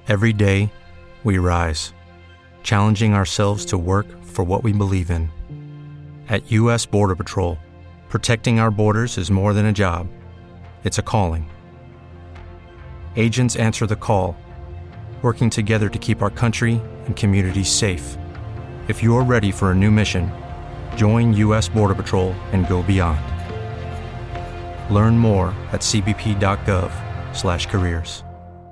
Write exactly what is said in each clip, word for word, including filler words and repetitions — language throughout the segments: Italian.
Every day, we rise, challenging ourselves to work for what we believe in. At U S Border Patrol, protecting our borders is more than a job. It's a calling. Agents answer the call, working together to keep our country and communities safe. If you're ready for a new mission, join U S Border Patrol and go beyond. Learn more at c b p dot gov slash careers.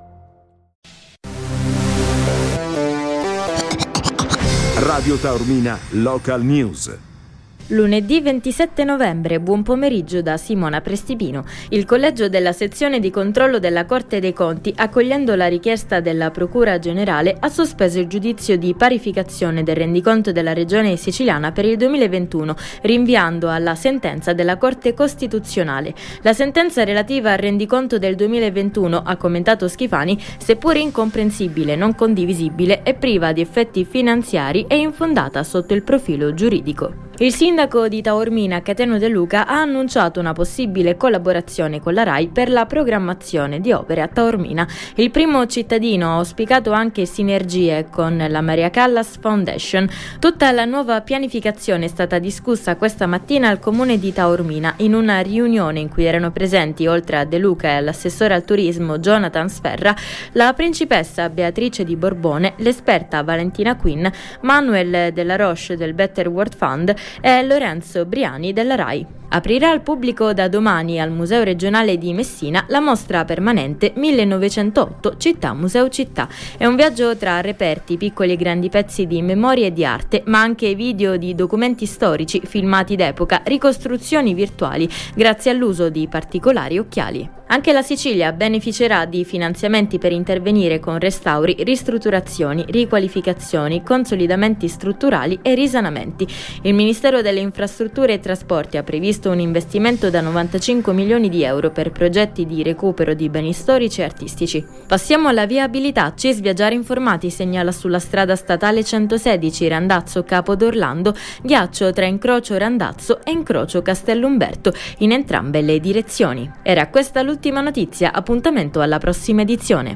Radio Taormina Local News. Lunedì ventisette novembre, buon pomeriggio da Simona Prestipino. Il collegio della sezione di controllo della Corte dei Conti, accogliendo la richiesta della Procura Generale, ha sospeso il giudizio di parificazione del rendiconto della Regione Siciliana per il duemilaventuno, rinviando alla sentenza della Corte Costituzionale. La sentenza relativa al rendiconto del duemilaventuno, ha commentato Schifani, seppur incomprensibile, non condivisibile e priva di effetti finanziari, è infondata sotto il profilo giuridico. Il sindaco di Taormina, Cateno De Luca, ha annunciato una possibile collaborazione con la RAI per la programmazione di opere a Taormina. Il primo cittadino ha auspicato anche sinergie con la Maria Callas Foundation. Tutta la nuova pianificazione è stata discussa questa mattina al comune di Taormina in una riunione in cui erano presenti, oltre a De Luca e all'assessore al turismo Jonathan Sferra, la principessa Beatrice di Borbone, l'esperta Valentina Quinn, Manuel Della Roche del Better World Fund e Lorenzo Briani della RAI. Aprirà al pubblico da domani al Museo Regionale di Messina la mostra permanente millenovecentotto Città Museo Città. È un viaggio tra reperti, piccoli e grandi pezzi di memoria e di arte, ma anche video di documenti storici, filmati d'epoca, ricostruzioni virtuali, grazie all'uso di particolari occhiali. Anche la Sicilia beneficerà di finanziamenti per intervenire con restauri, ristrutturazioni, riqualificazioni, consolidamenti strutturali e risanamenti. Il Ministero delle Infrastrutture e Trasporti ha previsto un investimento da novantacinque milioni di euro per progetti di recupero di beni storici e artistici. Passiamo alla viabilità. Cisvia Giari Informati segnala sulla strada statale centosedici Randazzo Capo d'Orlando ghiaccio tra incrocio Randazzo e incrocio Castellumberto in entrambe le direzioni. Era questa l'ultima notizia, appuntamento alla prossima edizione.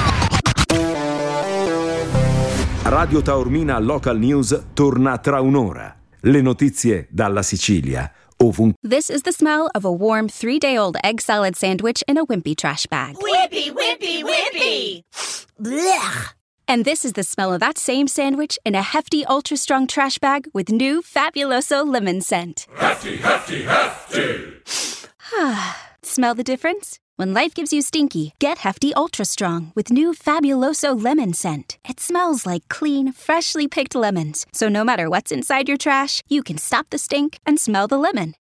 Radio Taormina Local News torna tra un'ora. Le notizie dalla Sicilia. Ovunque. This is the smell of a warm three-day-old egg salad sandwich in a Wimpy trash bag. Wimpy, Wimpy, Wimpy! Blech! And this is the smell of that same sandwich in a hefty, ultra-strong trash bag with new Fabuloso lemon scent. Hefty, hefty, hefty! Smell the difference? When life gives you stinky, get Hefty Ultra Strong with new Fabuloso lemon scent. It smells like clean, freshly picked lemons. So no matter what's inside your trash, you can stop the stink and smell the lemon.